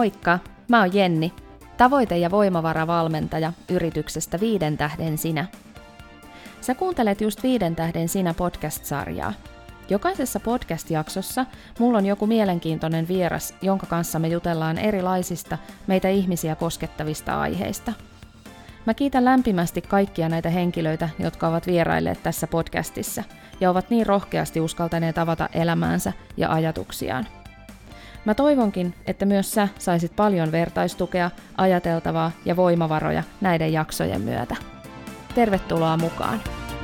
Moikka, mä oon Jenni, tavoite- ja voimavaravalmentaja yrityksestä 5 tähden sinä. Sä kuuntelet just 5 tähden sinä podcast-sarjaa. Jokaisessa podcast-jaksossa mulla on joku mielenkiintoinen vieras, jonka kanssa me jutellaan erilaisista meitä ihmisiä koskettavista aiheista. Mä kiitän lämpimästi kaikkia näitä henkilöitä, jotka ovat vierailleet tässä podcastissa ja ovat niin rohkeasti uskaltaneet avata elämäänsä ja ajatuksiaan. Mä toivonkin, että myös sä saisit paljon vertaistukea, ajateltavaa ja voimavaroja näiden jaksojen myötä. Tervetuloa mukaan!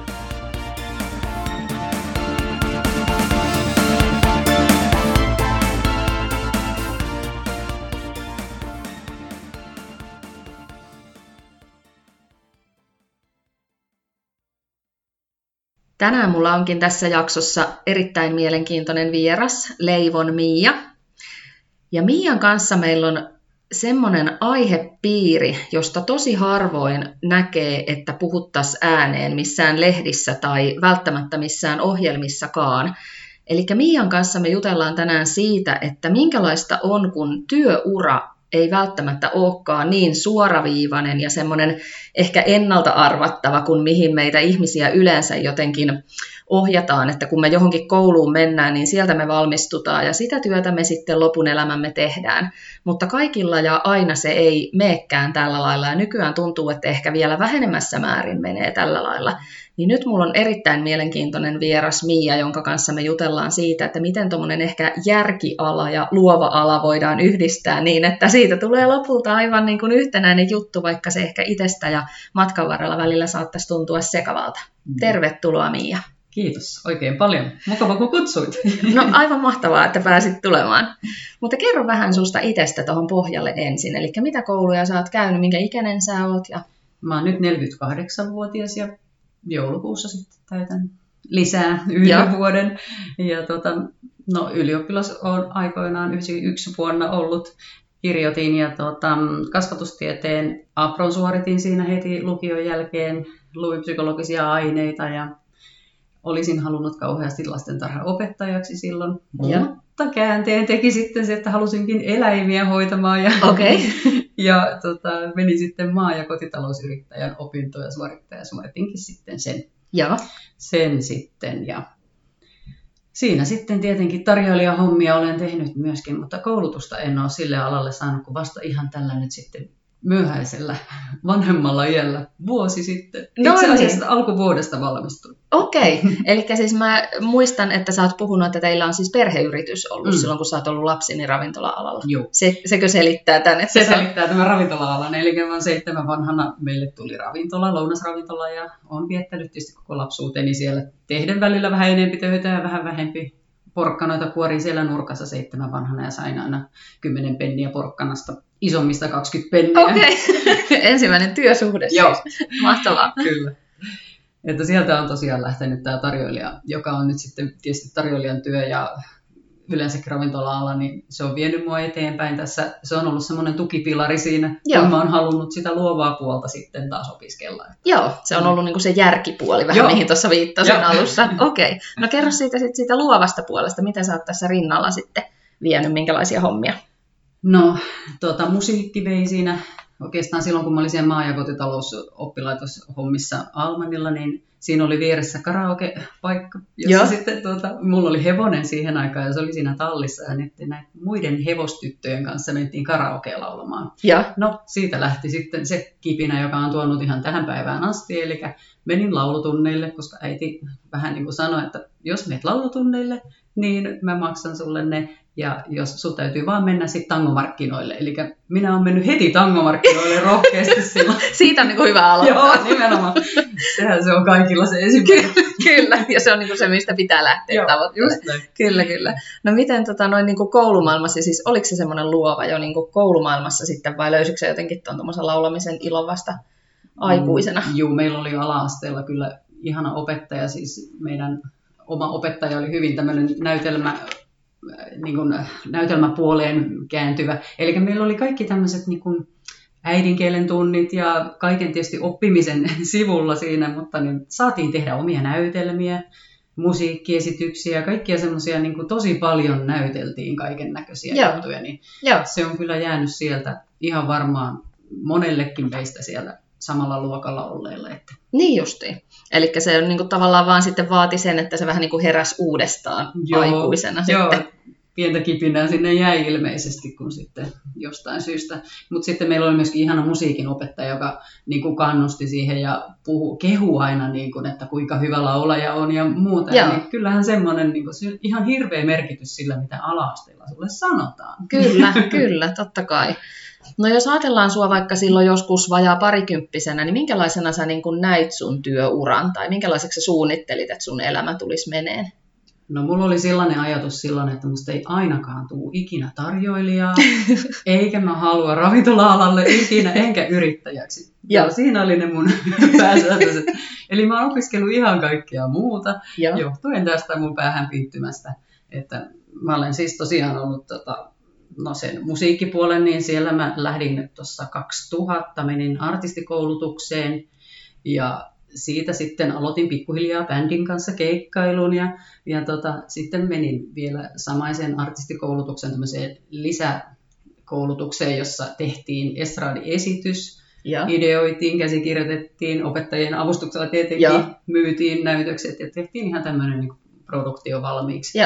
Tänään mulla onkin tässä jaksossa erittäin mielenkiintoinen vieras, Leivon Mia. Ja Mian kanssa meillä on semmoinen aihepiiri, josta tosi harvoin näkee, että puhuttaisiin ääneen missään lehdissä tai välttämättä missään ohjelmissakaan. Eli Mian kanssa me jutellaan tänään siitä, että minkälaista on, kun työura ei välttämättä olekaan niin suoraviivainen ja semmoinen ehkä ennalta arvattava kuin mihin meitä ihmisiä yleensä jotenkin ohjataan, että kun me johonkin kouluun mennään, niin sieltä me valmistutaan ja sitä työtä me sitten lopun elämämme tehdään. Mutta kaikilla ja aina se ei meekään tällä lailla ja nykyään tuntuu, että ehkä vielä vähenemmässä määrin menee tällä lailla. Niin nyt mulla on erittäin mielenkiintoinen vieras Mia, jonka kanssa me jutellaan siitä, että miten tuommoinen ehkä järkiala ja luova ala voidaan yhdistää niin, että siitä tulee lopulta aivan niin kuin yhtenäinen juttu, vaikka se ehkä itsestä ja matkan varrella välillä saattaisi tuntua sekavalta. Tervetuloa Mia. Kiitos oikein paljon. Mukava kun kutsuit. No aivan mahtavaa, että pääsit tulemaan. Mutta kerro vähän susta itsestä tuohon pohjalle ensin. Eli mitä kouluja sä oot käynyt, minkä ikäinen sä oot? Ja... Mä oon nyt 48-vuotias ja joulukuussa sitten täytän lisää 1 vuoden. Ja ylioppilas on aikoinaan 91 vuonna ollut. Kirjoitin ja kasvatustieteen apron suoritin siinä heti lukion jälkeen. Luin psykologisia aineita ja olisin halunnut kauheasti lastentarhaopettajaksi silloin, mutta käänteen teki sitten se, että halusinkin eläimiä hoitamaan ja menin sitten maa- ja kotitalousyrittäjän opintoja suoritinkin sitten sen sitten ja siinä sitten tietenkin tarjoilijahommia olen tehnyt myöskin, mutta koulutusta en ole sille alalle saanut, kun vasta ihan tällä nyt sitten myöhäisellä vanhemmalla iällä vuosi sitten. Itse asiassa alkuvuodesta valmistuin. Okei, eli siis mä muistan, että sä oot puhunut, että teillä on siis perheyritys ollut silloin, kun sä oot ollut lapsi, niin ravintola-alalla. Joo. Sekö selittää tämän? Se selittää tämän ravintola-alan. Eli mä 7 vanhana meille tuli ravintola, lounasravintola, ja olen viettänyt tietysti koko lapsuuteni siellä tehden välillä vähän enemmän töitä ja vähän vähempi. Porkkanoita kuorin siellä nurkassa 7 vanhana ja sain aina 10 penniä porkkanasta, isommista 20 penniä. Okei, ensimmäinen työsuhde. Joo. Mahtavaa. Kyllä. Että sieltä on tosiaan lähtenyt tämä tarjoilija, joka on nyt sitten tietysti tarjoilijan työ ja yleensäkin ravintola-ala, niin se on vienyt mua eteenpäin tässä. Se on ollut semmoinen tukipilari siinä, kun mä oon halunnut sitä luovaa puolta sitten taas opiskella. Joo, se on ollut niinku se järkipuoli vähän, mihin tuossa viittasin alussa. Okei. No kerro siitä luovasta puolesta, miten sä oot tässä rinnalla sitten vienyt, minkälaisia hommia? No, musiikki vei siinä. Oikeastaan silloin, kun mä olin siellä maa- ja kotitalousoppilaitoshommissa Almanilla, niin siinä oli vieressä karaoke-paikka, jossa sitten mulla oli hevonen siihen aikaan ja se oli siinä tallissa ja näiden muiden hevostyttöjen kanssa mentiin karaokea laulamaan. Ja. No, siitä lähti sitten se kipinä, joka on tuonut ihan tähän päivään asti, eli menin laulutunneille, koska äiti vähän niin kuin sanoi, että jos menet laulutunneille, niin mä maksan sulle ne. Ja jos sun täytyy vaan mennä sitten tangomarkkinoille. Eli minä olen mennyt heti tangomarkkinoille rohkeasti silloin. Siitä on niin kuin hyvä aloittaa. Joo, nimenomaan. Sehän se on kaikilla se esimerkki. Kyllä, ja se on niin kuin se, mistä pitää lähteä tavoittelemaan. Kyllä. No miten niin kuin koulumaailmassa, siis oliko se semmoinen luova jo niin kuin koulumaailmassa sitten, vai löysitkö se jotenkin tuon laulamisen ilon vasta aikuisena? Joo, meillä oli ala-asteella kyllä ihana opettaja. Siis meidän oma opettaja oli hyvin tämmöinen näytelmäpuoleen kääntyvä. Eli meillä oli kaikki tämmöiset niin kuin äidinkielen tunnit ja kaiken tietysti oppimisen sivulla siinä, mutta niin saatiin tehdä omia näytelmiä. musiikkiesityksiä, kaikkia semmoisia niin kuin tosi paljon näyteltiin kaiken näköisiä juttuja, niin se on kyllä jäänyt sieltä ihan varmaan monellekin meistä siellä samalla luokalla olleille. Että. Niin justiin. Eli se on niin kuin tavallaan vaan sitten vaati sen, että se vähän niin kuin heräsi uudestaan aikuisena sitten. Pientä kipinää sinne jäi ilmeisesti, kun sitten jostain syystä. Mutta sitten meillä oli myöskin ihana musiikin opettaja, joka niin kuin kannusti siihen ja kehui aina, niin kuin, että kuinka hyvä laulaja on ja muuta. Niin kyllähän semmoinen niin kuin, ihan hirveä merkitys sillä, mitä ala-asteella sulle sanotaan. Kyllä, totta kai. No jos ajatellaan sua vaikka silloin joskus vajaa parikymppisenä, niin minkälaisena sä niin kuin näit sun työuran tai minkälaiseksi sä suunnittelit, että sun elämä tulisi meneen? No mulla oli sellainen ajatus silloin, että musta ei ainakaan tule ikinä tarjoilijaa, eikä mä halua ravintola-alalle ikinä, enkä yrittäjäksi. Ja siinä oli ne mun pääsääntöiset. Eli mä oon opiskellut ihan kaikkea muuta, johtuen tästä mun päähän piittymästä. Että mä olen siis tosiaan ollut sen musiikkipuolen, niin siellä mä lähdin tuossa 2000, menin artistikoulutukseen ja siitä sitten aloitin pikkuhiljaa bändin kanssa keikkailun ja sitten menin vielä samaisen artistikoulutuksen tämmöiseen lisäkoulutukseen, jossa tehtiin estradiesitys, ideoitiin, käsikirjoitettiin, opettajien avustuksella tietenkin myytiin näytökset ja tehtiin ihan tämmöinen niin produktio valmiiksi.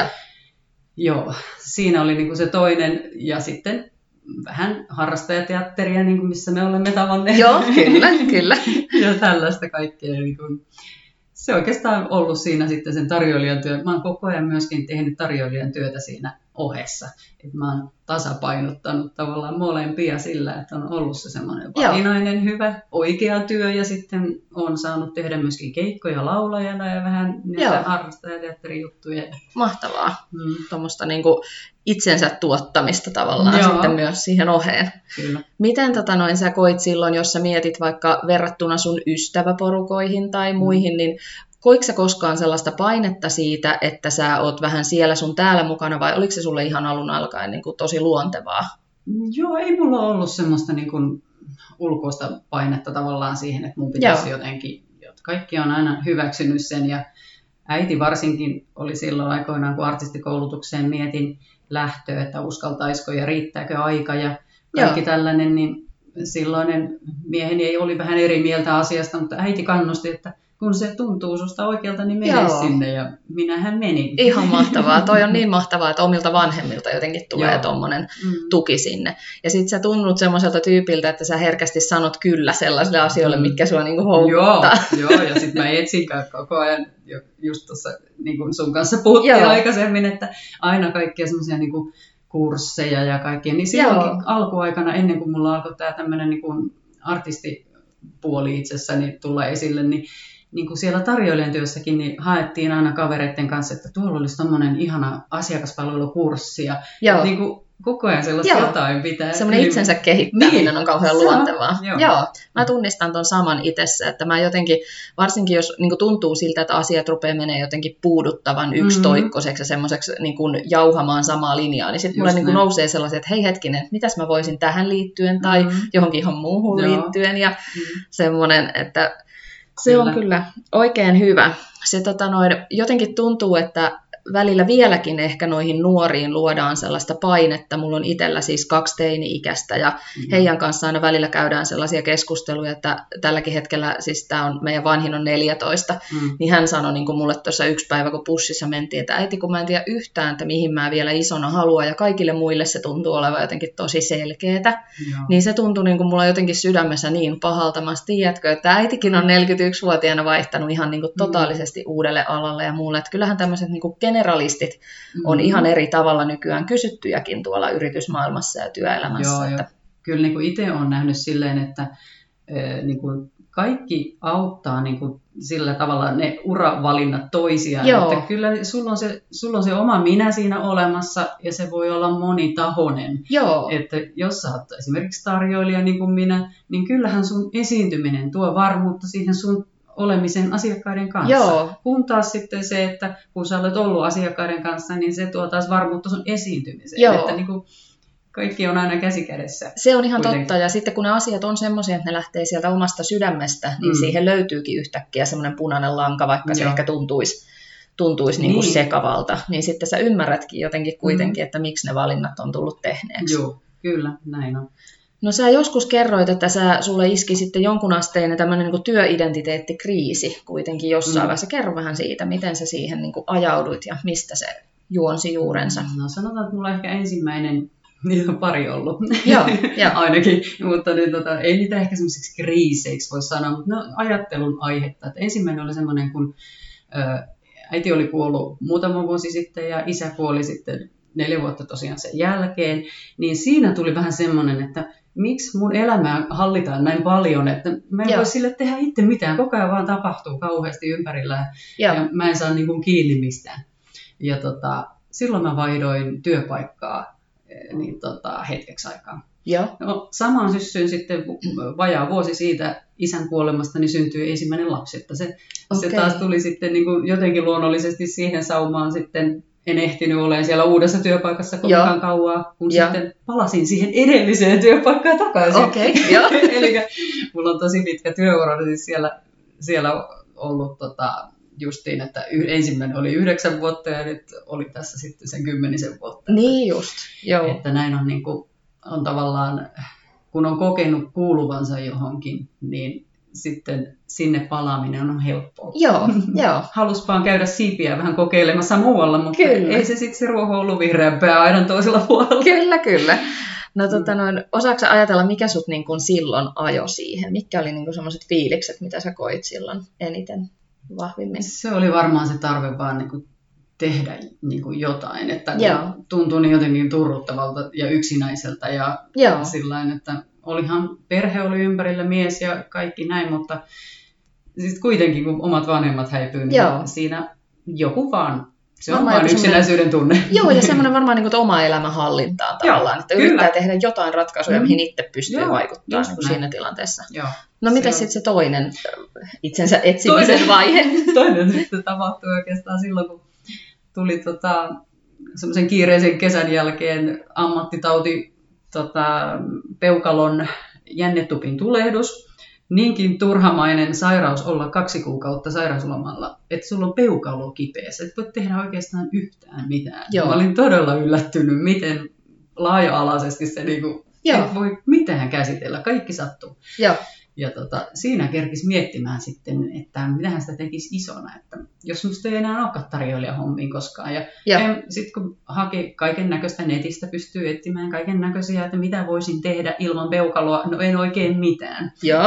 Joo, siinä oli niin kuin se toinen ja sitten vähän harrastajateatteria, niin kuin missä me olemme tavanneet. Joo, kyllä. Ja tällaista kaikkea. Niin kuin, se oikeastaan ollut siinä sitten sen tarjoilijan työ. Mä oon koko ajan myöskin tehnyt tarjoilijan työtä siinä ohessa. Et mä oon tasapainottanut tavallaan molempia sillä, että on ollut se semmoinen vakinainen, hyvä, oikea työ. Ja sitten on saanut tehdä myöskin keikkoja laulajana ja vähän näitä harrastajateatterijuttuja. Mahtavaa. Tuommoista niinku itsensä tuottamista tavallaan sitten myös siihen oheen. Kyllä. Miten sä koit silloin, jos sä mietit vaikka verrattuna sun ystäväporukoihin tai muihin, niin koitko sä koskaan sellaista painetta siitä, että sä oot vähän siellä sun täällä mukana, vai oliko se sulle ihan alun alkaen niin kuin tosi luontevaa? Joo, ei mulla ollut semmoista niin kuin ulkoista painetta tavallaan siihen, että mun pitäisi jotenkin, kaikki on aina hyväksynyt sen, ja äiti varsinkin oli silloin aikoinaan, kun artistikoulutukseen mietin lähtöä, että uskaltaisiko ja riittääkö aika ja kaikki tällainen, niin silloinen mieheni oli vähän eri mieltä asiasta, mutta äiti kannusti, että kun se tuntuu susta oikealta, niin mene sinne, ja minähän menin. Ihan mahtavaa. Toi on niin mahtavaa, että omilta vanhemmilta jotenkin tulee tommonen tuki sinne. Ja sit sä tunnut semmoiselta tyypiltä, että sä herkästi sanot kyllä sellaisille asioille, mitkä sua niinku houkuttaa. Joo, ja sit mä etsin koko ajan, just tuossa niin kuin sun kanssa puhuttiin aikaisemmin, että aina kaikkia semmoisia niin kuin kursseja ja kaikkia. Niin silloinkin alkuaikana, ennen kuin mulla alkoi tää tämmönen niin kuin artistipuoli itsessäni tulla esille, niin kuin siellä tarjoilijan työssäkin, niin haettiin aina kavereiden kanssa, että tuolla olisi tommoinen ihana asiakaspalvelukurssi. Ja niin kuin koko ajan sellaista jotain pitää. Semmoinen itsensä kehittäminen on kauhean luontevaa. Joo. Mä tunnistan ton saman itsessä, että mä jotenkin, varsinkin jos niin kuin tuntuu siltä, että asiat rupeaa menee jotenkin puuduttavan yksitoikkoiseksi ja semmoiseksi niin kuin jauhamaan samaa linjaa, niin sitten mulle niin kuin nousee sellaisia, että hei hetkinen, mitäs mä voisin tähän liittyen tai johonkin ihan muuhun liittyen. Ja semmoinen, että se on kyllä oikein hyvä. Se jotenkin tuntuu, että välillä vieläkin ehkä noihin nuoriin luodaan sellaista painetta. Mulla on itsellä siis 2 teini-ikäistä ja heidän kanssaan aina välillä käydään sellaisia keskusteluja, että tälläkin hetkellä, siis meidän vanhin on 14, niin hän sanoi niin kuin mulle tuossa yksi päivä, kun bussissa mentiin, että äiti, kun mä en tiedä yhtään, että mihin mä vielä isona haluan, ja kaikille muille se tuntuu olevan jotenkin tosi selkeätä, niin se tuntui niin kuin mulla jotenkin sydämessä niin pahalta. Mä tiedätkö, että äitikin on 41-vuotiaana vaihtanut ihan niin kuin totaalisesti uudelle alalle ja muulle, että kyllähän tämmöiset niin kuin generalistit on ihan eri tavalla nykyään kysyttyjäkin tuolla yritysmaailmassa ja työelämässä. Joo, kyllä niin kuin itse olen nähnyt silleen, että niin kuin kaikki auttaa niin kuin sillä tavalla ne uravalinnat toisiaan. Että kyllä sulla on se oma minä siinä olemassa ja se voi olla monitahoinen. Että jos sä oot esimerkiksi tarjoilija niin kuin minä, niin kyllähän sun esiintyminen tuo varmuutta siihen sun olemisen asiakkaiden kanssa. Kun taas sitten se, että kun sä olet ollut asiakkaiden kanssa, niin se tuo taas varmuutta sun esiintymiseen. Että niin kuin kaikki on aina käsi kädessä. Se on ihan totta. Ja sitten kun ne asiat on semmoisia, että ne lähtee sieltä omasta sydämestä, niin siihen löytyykin yhtäkkiä semmoinen punainen lanka, vaikka se ehkä tuntuisi niin kuin Niin. sekavalta, niin sitten sä ymmärrätkin jotenkin kuitenkin, että miksi ne valinnat on tullut tehneeksi. Joo, kyllä, näin on. No sä joskus kerroit, että sulle iski sitten jonkun asteinen tämmöinen niin kuin työidentiteettikriisi kuitenkin jossain vaiheessa. Kerro vähän siitä, miten sä siihen niin kuin ajauduit ja mistä se juonsi juurensa. No sanotaan, että mulla on ehkä ensimmäinen, niitä on pari ollut Joo. ainakin, mutta niin, ei niitä ehkä semmoisiksi kriiseiksi voi sanoa, mutta ne on ajattelun aihetta. Että ensimmäinen oli semmoinen, kun äiti oli kuollut muutama vuosi sitten ja isä kuoli sitten 4 vuotta tosiaan sen jälkeen, niin siinä tuli vähän semmoinen, että miksi mun elämää hallitaan näin paljon, että mä en voi sille tehdä itse mitään, koko ajan vaan tapahtuu kauheasti ympärillä ja mä en saa niin kuin kiinni mistään. Ja silloin mä vaihdoin työpaikkaa niin hetkeksi aikaa. No, samaan syssyyn sitten vajaa vuosi siitä isän kuolemasta niin syntyi ensimmäinen lapsi, että se taas tuli sitten niin kuin jotenkin luonnollisesti siihen saumaan sitten. En ehtinyt olemaan siellä uudessa työpaikassa kovinkaan kauaa, kun sitten palasin siihen edelliseen työpaikkaan takaisin. Eli mulla on tosi pitkä työura siis siellä ollut justiin, että ensimmäinen oli 9 vuotta ja nyt oli tässä sitten sen 10 vuotta. Niin just, joo. Että näin on, niin kuin, on tavallaan, kun on kokenut kuuluvansa johonkin, niin sitten sinne palaaminen on helppoa. Joo. Halus vaan käydä siipiä vähän kokeilemassa muualla, mutta ei se sitten se ruoho ollut vihreämpää aidan toisella puolella. Kyllä. No osaatko ajatella, mikä sut niin kuin silloin ajoi siihen? Mitkä oli niin kuin sellaiset fiilikset, mitä sä koit silloin eniten vahvimmin? Se oli varmaan se tarve vaan niin kuin tehdä niin kuin jotain, että tuntui niin jotenkin turruttavalta ja yksinäiseltä ja sillain, että perhe oli ympärillä, mies ja kaikki näin, mutta siis kuitenkin kun omat vanhemmat häipyy, niin siinä joku vaan, se on vaan yksinäisyyden tunne. Joo, ja semmoinen varmaan niin kuin oma elämän hallintaan tavallaan, että yrittää tehdä jotain ratkaisuja, mihin itse pystyy vaikuttamaan niin kuin siinä tilanteessa. Joo. No miten sitten se toinen itsensä etsimisen vaihe? Toinen sitten tapahtui oikeastaan silloin, kun tuli semmoisen kiireisen kesän jälkeen ammattitauti, peukalon jännetupin tulehdus. Niinkin turhamainen sairaus olla 2 kuukautta sairauslomalla, että sulla on peukalo kipeässä, et voi tehdä oikeastaan yhtään mitään. Mä olin todella yllättynyt, miten laaja-alaisesti se niinku, et voi mitään käsitellä, kaikki sattuu. Ja siinä kerkisi miettimään sitten, että mitähän sitä tekisi isona, että jos musta ei enää olekaan tarjoilijahommiin koskaan. Ja sitten kun haki kaiken näköistä netistä, pystyy etsimään kaiken näköisiä, että mitä voisin tehdä ilman peukaloa, no en oikein mitään.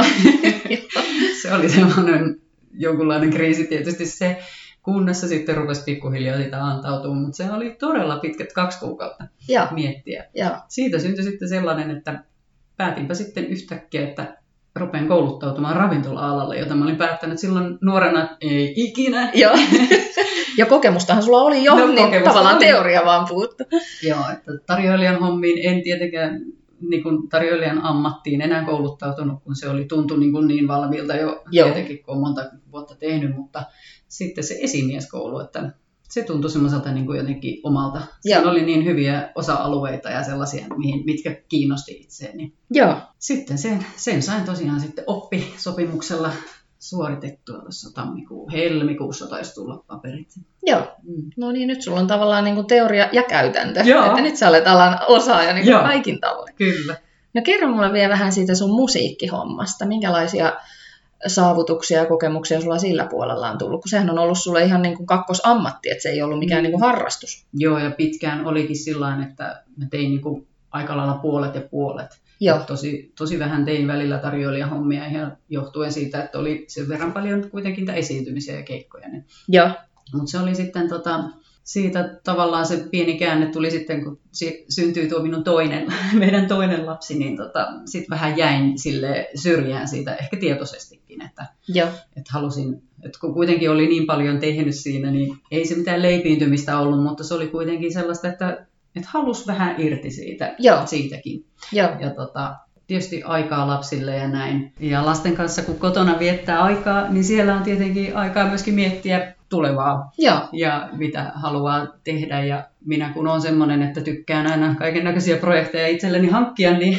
Se oli semmoinen jonkunlainen kriisi tietysti se, kunnes se sitten rupesi pikkuhiljaa sitä antautumaan, mutta se oli todella pitkät 2 kuukautta miettiä. Siitä syntyi sitten sellainen, että päätinpä sitten yhtäkkiä, että rupean kouluttautumaan ravintola-alalle, jota mä olin päättänyt silloin nuorena, ei ikinä. Ja kokemustahan sulla oli jo, niin tavallaan teoria vaan puuttu. Joo, että tarjoilijan hommiin en tietenkään niin kuin tarjoilijan ammattiin enää kouluttautunut, kun se oli tuntui niin valmiilta jo tietenkin, kun on monta vuotta tehnyt, mutta sitten se esimieskoulu, että se tuntui semmoiselta niin kuin jotenkin omalta. Siinä oli niin hyviä osa-alueita ja sellaisia, mitkä kiinnosti itseäni. Sitten sen sain tosiaan sitten oppisopimuksella suoritettua tuossa helmikuussa taisi tulla paperit. No niin, nyt sulla on tavallaan niin kuin teoria ja käytäntö. Että nyt sä olet alan osaaja niin kuin kaikin tavoin. Kyllä. No kerro mulle vielä vähän siitä sun musiikkihommasta. Minkälaisia saavutuksia ja kokemuksia sulla sillä puolella on tullut? Kun sehän on ollut sulle ihan niin kuin kakkosammatti, että se ei ollut mikään niin kuin harrastus. Joo, ja pitkään olikin sillain, että mä tein niin kuin aika lailla puolet ja puolet. Tosi vähän tein välillä tarjoilijahommia ihan johtuen siitä, että oli sen verran paljon kuitenkin esiintymisiä ja keikkoja. Mutta se oli sitten siitä tavallaan se pieni käänne tuli sitten, kun syntyi tuo meidän toinen lapsi, niin sitten vähän jäin sille syrjään siitä ehkä tietoisestikin, että halusin, että kun kuitenkin oli niin paljon tehnyt siinä, niin ei se mitään leipiintymistä ollut, mutta se oli kuitenkin sellaista, että halusi vähän irti siitäkin. Ja tietysti aikaa lapsille ja näin. Ja lasten kanssa, kun kotona viettää aikaa, niin siellä on tietenkin aikaa myöskin miettiä tulevaa ja mitä haluaa tehdä. Ja minä kun olen semmoinen, että tykkään aina kaiken näköisiä projekteja itselleni hankkia, niin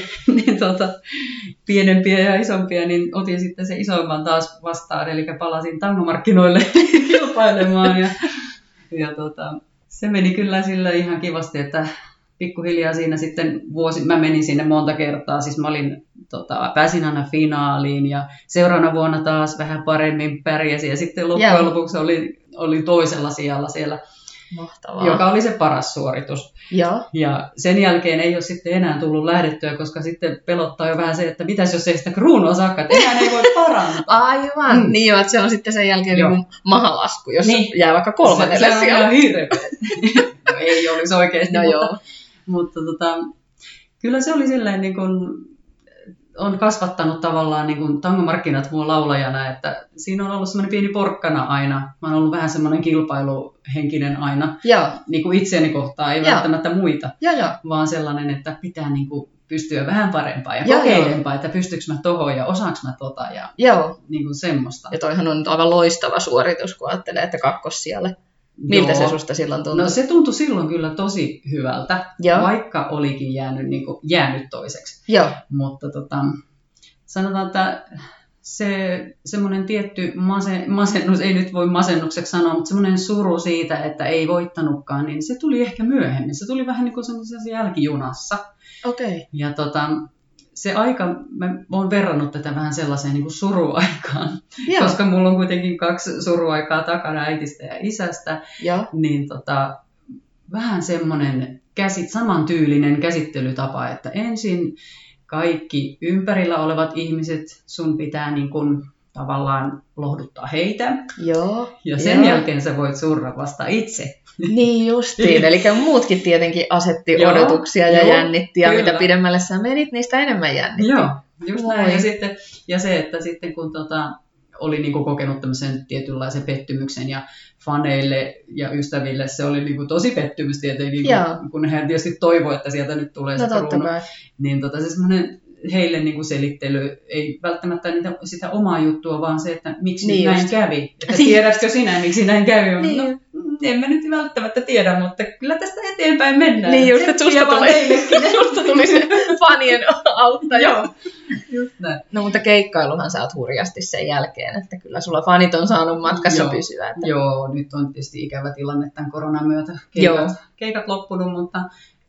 pienempiä ja isompia, niin otin sitten se isoimman taas vastaan. Eli palasin tangomarkkinoille kilpailemaan. Ja se meni kyllä sillä ihan kivasti, että pikkuhiljaa siinä sitten mä menin sinne monta kertaa, siis mä pääsin aina finaaliin ja seuraavana vuonna taas vähän paremmin pärjäsin ja sitten loppujen lopuksi oli toisella sijalla siellä. Mahtavaa. Joka oli se paras suoritus. Ja sen jälkeen ei ole sitten enää tullut lähdettyä, koska sitten pelottaa jo vähän se, että mitäs jos ei sitä kruunua saakaan, että enää ei voi parantaa. Aivan, niin jo, että se on sitten sen jälkeen niin mahalasku, jos jää vaikka 3. Se on ihan hirveä. No ei olisi oikeasti, mutta kyllä se oli silleen niin kuin, on kasvattanut tavallaan niin kuin tangomarkkinat mua laulajana, että siinä on ollut semmoinen pieni porkkana aina. Mä oon ollut vähän semmoinen kilpailuhenkinen aina, niin kuin itseäni kohtaan, ei välttämättä muita, vaan sellainen, että pitää niin kuin pystyä vähän parempaan ja kokeilempaa, että pystyykö mä tohon ja osaanko mä ja niin kuin semmoista. Ja toihan on nyt aivan loistava suoritus, kun ajattelee, että kakkossijalle. Miltä se susta silloin tuntui? No se tuntui silloin kyllä tosi hyvältä, vaikka olikin jäänyt toiseksi. Mutta sanotaan, että se semmoinen tietty masennus, ei nyt voi masennukseksi sanoa, mutta semmoinen suru siitä, että ei voittanutkaan, niin se tuli ehkä myöhemmin. Se tuli vähän niin kuin semmoisessa jälkijunassa. Okay. Ja se aika, mä oon verrannut tätä vähän sellaiseen niin kuin suruaikaan, koska mulla on kuitenkin 2 suruaikaa takana äitistä ja isästä, niin vähän semmoinen samantyylinen käsittelytapa, että ensin kaikki ympärillä olevat ihmiset, sun pitää niin kuin tavallaan lohduttaa heitä, ja sen jälkeen sä voit surra vasta itse. Niin justiin, eli muutkin tietenkin asetti odotuksia ja jännitti, ja mitä pidemmälle sä menit, niistä enemmän jännitti. Joo, just näin. Ja se, että sitten kun oli niinku kokenut tämmöisen tietynlaisen pettymyksen ja faneille ja ystäville se oli niinku tosi pettymys tietenkin, kun he tietysti toivoi, että sieltä nyt tulee se kruunu. Niin se semmoinen heille niinku selittely, ei välttämättä sitä omaa juttua, vaan se, että miksi näin kävi. Että tiedätkö sinä, miksi näin kävi? No, en mä nyt välttämättä tiedä, mutta kyllä tästä eteenpäin mennään. Niin just, että susta tuli se fanien auttaja. Joo, just näin. No mutta keikkailuhan sä oot hurjasti sen jälkeen, että kyllä sulla fanit on saanut matkassa pysyä. Että... Joo, nyt on tietysti ikävä tilanne tämän koronan myötä. Keikat loppunut, mutta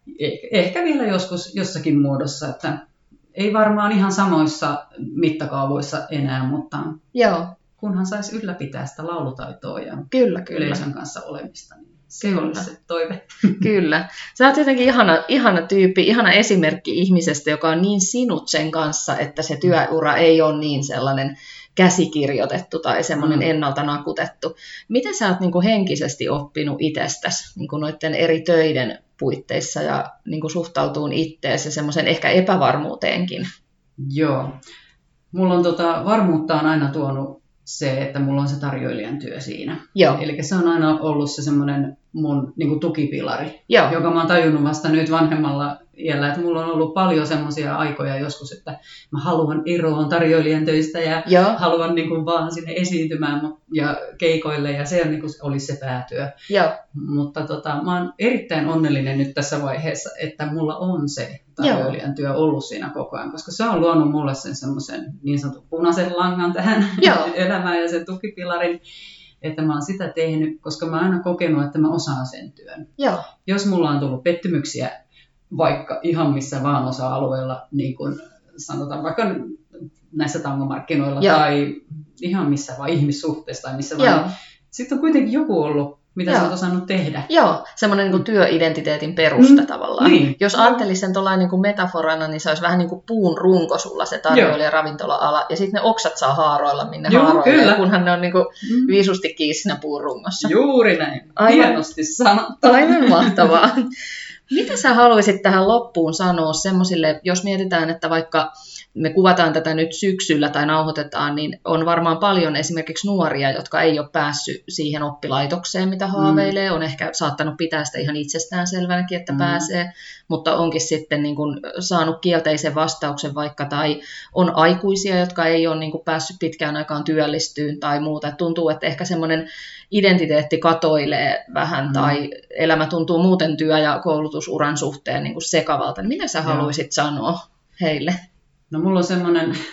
ehkä vielä joskus jossakin muodossa, että ei varmaan ihan samoissa mittakaavoissa enää, mutta kunhan saisi ylläpitää sitä laulutaitoa ja yleisön kanssa olemista, niin se on se toive. Kyllä. Sä oot jotenkin ihana tyyppi, ihana esimerkki ihmisestä, joka on niin sinut sen kanssa, että se työura ei ole niin sellainen käsikirjoitettu tai semmoinen ennalta nakutettu. Miten sä oot niin kuin henkisesti oppinut itsestäsi niin kuin noiden eri töiden puitteissa ja niin kuin suhtautuun itteesi ja semmoisen ehkä epävarmuuteenkin? Joo. Mulla on varmuutta on aina tuonut se, että mulla on se tarjoilijan työ siinä. Eli se on aina ollut se semmoinen mun niin kuin tukipilari, joka mä oon tajunnut vasta nyt vanhemmalla iällä, että mulla on ollut paljon semmoisia aikoja joskus, että mä haluan eroon tarjoilijan töistä ja haluan niin kuin vaan sinne esiintymään ja keikoille ja se on, niin kuin, olisi se päätyö. Mutta mä oon erittäin onnellinen nyt tässä vaiheessa, että mulla on se tarjoilijan työ ollut siinä koko ajan, koska se on luonut mulle sen semmoisen niin sanotun punaisen langan tähän elämään ja sen tukipilarin. Että mä oon sitä tehnyt, koska mä oon aina kokenut, että mä osaan sen työn. Jos mulla on tullut pettymyksiä vaikka ihan missä vaan osa-alueella, niin kuin sanotaan vaikka näissä tangomarkkinoilla tai ihan missä vaan ihmissuhteessa tai missä vaan, sitten on kuitenkin joku ollut, mitä sä oot osannut tehdä. Joo, semmoinen niin kuin työidentiteetin perusta tavallaan. Niin. Jos ajattelisi sen tuollainen niin kuin metaforana, niin se olisi vähän niin kuin puun runko sulla se tarjoilija ravintola-ala, ja sitten ne oksat saa haaroilla, minne haaroille, kunhan ne on niin kuin viisusti kiinni siinä puun rungossa. Juuri näin. Hienosti sanottu. Aivan mahtavaa. Mitä sä haluaisit tähän loppuun sanoa semmoisille, jos mietitään, että vaikka me kuvataan tätä nyt syksyllä tai nauhoitetaan, niin on varmaan paljon esimerkiksi nuoria, jotka ei ole päässyt siihen oppilaitokseen, mitä haaveilee. On ehkä saattanut pitää sitä ihan itsestäänselvänäkin, että pääsee, mutta onkin sitten niin kuin saanut kielteisen vastauksen vaikka, tai on aikuisia, jotka ei ole niin kuin päässyt pitkään aikaan työllistyyn tai muuta. Tuntuu, että ehkä semmoinen identiteetti katoilee vähän tai elämä tuntuu muuten työ- ja koulutusuran suhteen niin kuin sekavalta. Mitä sä haluaisit sanoa heille? No mulla on semmoinen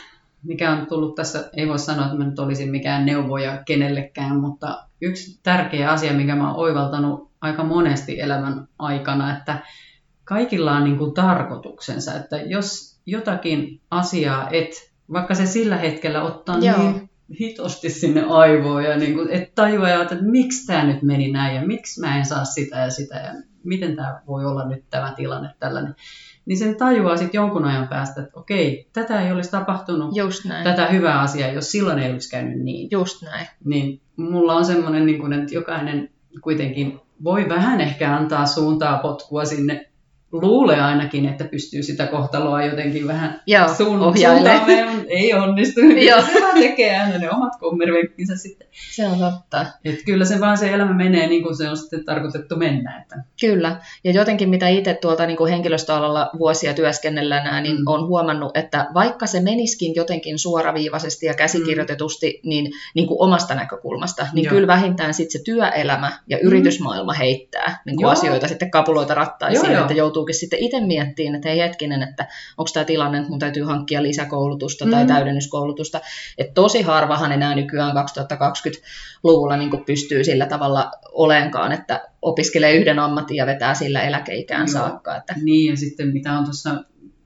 mikä on tullut tässä, ei voi sanoa, että mä nyt olisin mikään neuvoja kenellekään, mutta yksi tärkeä asia, mikä mä oon oivaltanut aika monesti elämän aikana, että kaikilla on niin kuin tarkoituksensa, että jos jotakin asiaa vaikka se sillä hetkellä ottaa niin hitosti sinne aivoon ja niin kuin, et tajua ja että miksi tämä nyt meni näin ja miksi mä en saa sitä ja sitä ja miten tämä voi olla nyt tämä tilanne tällainen, niin sen tajuaa sitten jonkun ajan päästä, että okei, tätä ei olisi tapahtunut, tätä hyvää asiaa, jos silloin ei olisi käynyt niin. Just näin. Niin mulla on semmoinen, niin kuin, että jokainen kuitenkin voi vähän ehkä antaa suuntaa potkua sinne, luulee ainakin, että pystyy sitä kohtaloa jotenkin vähän suuntaamaan. Ei onnistu. Se vaan tekee aina ne omat kommervenkkinsä sitten. Se on totta. Et kyllä se elämä menee niin kuin se on sitten tarkoitettu mennä. Että. Kyllä. Ja jotenkin mitä itse tuolta niin kuin henkilöstöalalla vuosia työskennellään, niin olen huomannut, että vaikka se menisikin jotenkin suoraviivaisesti ja käsikirjoitetusti niin kuin omasta näkökulmasta, niin kyllä vähintään sitten se työelämä ja yritysmaailma heittää niin kuin asioita sitten kapuloita rattaisiin, että joutuu sitten itse miettiin, että hei hetkinen, että onko tämä tilanne, että mun täytyy hankkia lisäkoulutusta tai täydennyskoulutusta. Että tosi harvahan enää nykyään 2020-luvulla niin pystyy sillä tavalla oleenkaan, että opiskelee yhden ammatin ja vetää sillä eläkeikään saakka. Että. Niin, ja sitten mitä on tuossa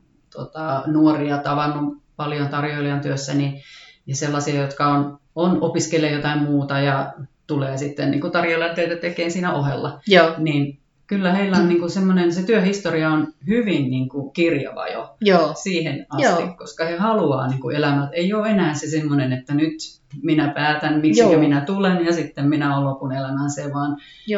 nuoria tavannut paljon tarjoilijan työssä, niin ja sellaisia, jotka opiskelee jotain muuta ja tulee sitten niin tarjoilijan töitä tekemään siinä ohella. Niin kyllä heillä on niin kuin semmoinen, se työhistoria on hyvin niin kuin kirjava jo siihen asti, koska he haluaa niin kuin elämät. Ei ole enää se semmoinen, että nyt minä päätän, miksi minä tulen ja sitten minä olen lopun elämään se, vaan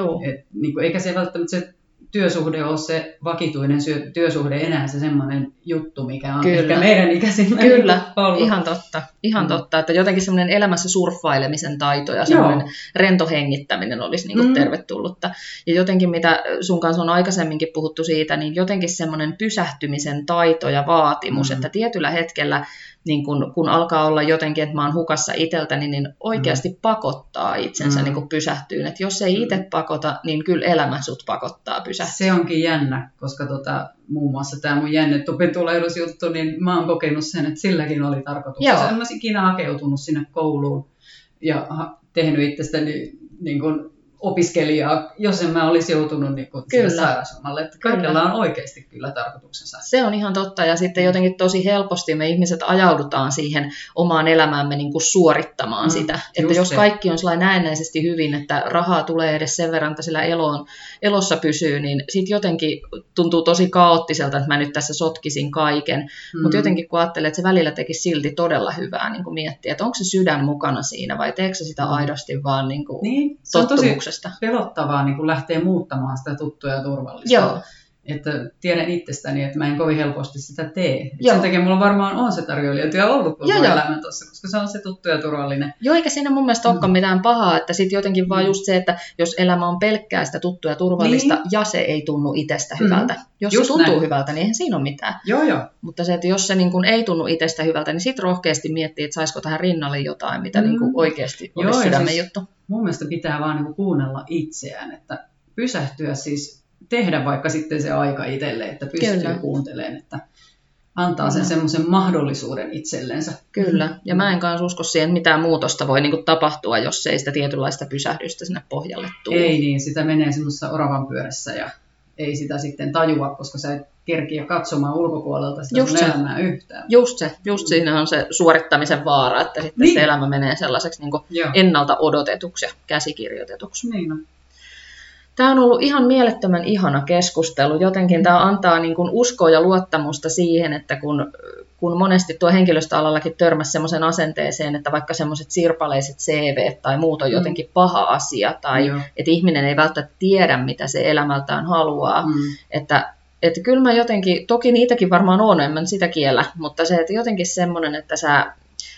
niin kuin, eikä se välttämättä se työsuhde ole se vakituinen työsuhde enää se semmoinen juttu, mikä on ehkä meidän ikäisillä ollut. Ihan totta, että jotenkin semmoinen elämässä surffailemisen taito ja semmoinen rento hengittäminen olisi niin kuin tervetullutta. Ja jotenkin mitä sun kanssa on aikaisemminkin puhuttu siitä, niin jotenkin semmoinen pysähtymisen taito ja vaatimus, että tietyllä hetkellä niin kun alkaa olla jotenkin, että mä oon hukassa itseltäni, niin oikeasti pakottaa itsensä niin kuin pysähtyyn. Että jos ei itse pakota, niin kyllä elämä sut pakottaa pysähtyä. Se onkin jännä, koska muun muassa tämä mun jännetupitulehdusjuttu, niin mä oon kokenut sen, että silläkin oli tarkoitus. En mä ikinä hakeutunut sinne kouluun ja tehnyt itsestäni niin kuin opiskelijaa, jos en mä olisi joutunut niin sairauslomalle. Että kaikilla on oikeasti kyllä tarkoituksensa. Se on ihan totta. Ja sitten jotenkin tosi helposti me ihmiset ajaudutaan siihen omaan elämäämme niin kuin suorittamaan sitä. Että jos kaikki on sellainen näennäisesti hyvin, että rahaa tulee edes sen verran, että sillä elossa pysyy, niin sitten jotenkin tuntuu tosi kaoottiselta, että mä nyt tässä sotkisin kaiken. Mutta jotenkin kun ajattelee, että se välillä tekisi silti todella hyvää niin kuin miettiä, että onko se sydän mukana siinä vai teekö se sitä aidosti vaan niin kuin tottumuksesta. Pelottavaa niin kun lähtee muuttamaan sitä tuttua ja turvallista. Että tiedän itsestäni, että mä en kovin helposti sitä tee. Sen takia mulla varmaan on se tarjoilijatyö ollut koko elämän tuossa, koska se on se tuttu ja turvallinen. Joo, eikä siinä mun mielestä olekaan mitään pahaa, että sitten jotenkin vaan just se, että jos elämä on pelkkää sitä tuttua ja turvallista ja se ei tunnu itsestä hyvältä. Jos just se tuntuu hyvältä, niin eihän siinä ole mitään. Mutta se, että jos se niin kun ei tunnu itsestä hyvältä, niin sitten rohkeasti miettii, että saisiko tähän rinnalle jotain, mitä niin kun oikeasti olisi sydämen juttu. Mun mielestä pitää vaan niin kun kuunnella itseään, että pysähtyä siis tehdä vaikka sitten se aika itselle, että pystyy kuuntelemaan, että antaa sen semmoisen mahdollisuuden itsellensä. Kyllä, ja mä en kanssa usko siihen, että mitään muutosta voi niin kuin tapahtua, jos ei sitä tietynlaista pysähdystä sinne pohjalle tule. Ei niin, sitä menee semmoisessa oravan pyörässä ja ei sitä sitten tajua, koska sä et kerkiä katsomaan ulkopuolelta sitä sun elämää yhtään. Just siinä on se suorittamisen vaara, että sitten se elämä menee sellaiseksi niin kuin ennalta odotetuksi ja käsikirjoitetuksi. Niin on. Tämä on ollut ihan mielettömän ihana keskustelu. Jotenkin tämä antaa niin kuin uskoa ja luottamusta siihen, että kun monesti tuo henkilöstöalallakin törmäsi semmoisen asenteeseen, että vaikka semmoiset sirpaleiset CV tai muut on jotenkin paha asia, tai että ihminen ei välttämättä tiedä, mitä se elämältään haluaa, että kyllä mä jotenkin, toki niitäkin varmaan on, en mä sitä kiellä, mutta se, että jotenkin semmoinen, että sä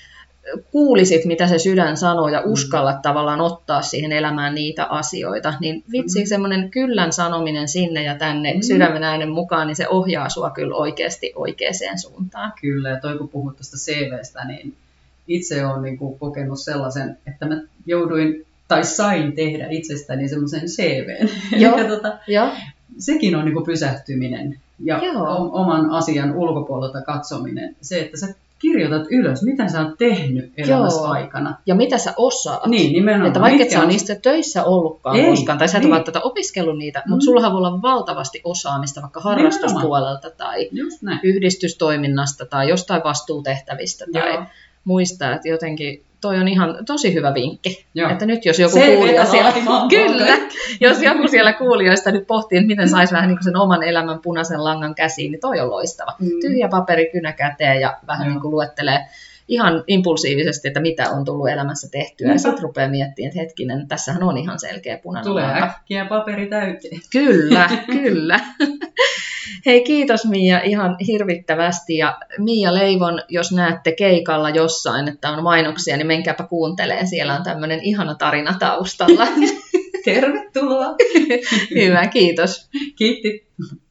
kuulisit, mitä se sydän sanoo ja uskallat tavallaan ottaa siihen elämään niitä asioita, niin vitsi semmoinen kyllän sanominen sinne ja tänne sydämen äänen mukaan, niin se ohjaa sua kyllä oikeasti oikeaan suuntaan. Kyllä, ja toi kun puhut tuosta CVstä, niin itse olen niin kuin kokenut sellaisen, että mä jouduin tai sain tehdä itsestäni semmoisen CVn. Sekin on niin kuin pysähtyminen ja oman asian ulkopuolelta katsominen. Se, että sä kirjoitat ylös, mitä sä oot tehnyt elämässä aikana. Ja mitä sä osaat. Niin, nimenomaan. Että vaikka et sä on niistä töissä ollutkaan koskaan, tai sä et ole tätä opiskellut niitä, mutta sulla voi olla valtavasti osaamista vaikka harrastuspuolelta tai yhdistystoiminnasta tai jostain vastuutehtävistä tai muista, että jotenkin toi on ihan tosi hyvä vinkki. Joo. Että nyt jos joku kuulija siellä, kyllä, jos joku siellä kuulijoista nyt pohtii, että miten saisi vähän niin kuin sen oman elämän punaisen langan käsiin, niin toi on loistava. Tyhjä paperi, kynä käteen ja vähän niin kuin luettelee ihan impulsiivisesti, että mitä on tullut elämässä tehtyä. Ja sitten rupeaa miettimään, että hetkinen, tässähän on ihan selkeä punainen lanka. Tulee äkkiä paperi täyteen. Kyllä, kyllä. Hei, kiitos Miia ihan hirvittävästi. Ja Miia Leivon, jos näette keikalla jossain, että on mainoksia, niin menkääpä kuuntelemaan. Siellä on tämmöinen ihana tarina taustalla. Tervetuloa. Hyvä, kiitos. Kiitti.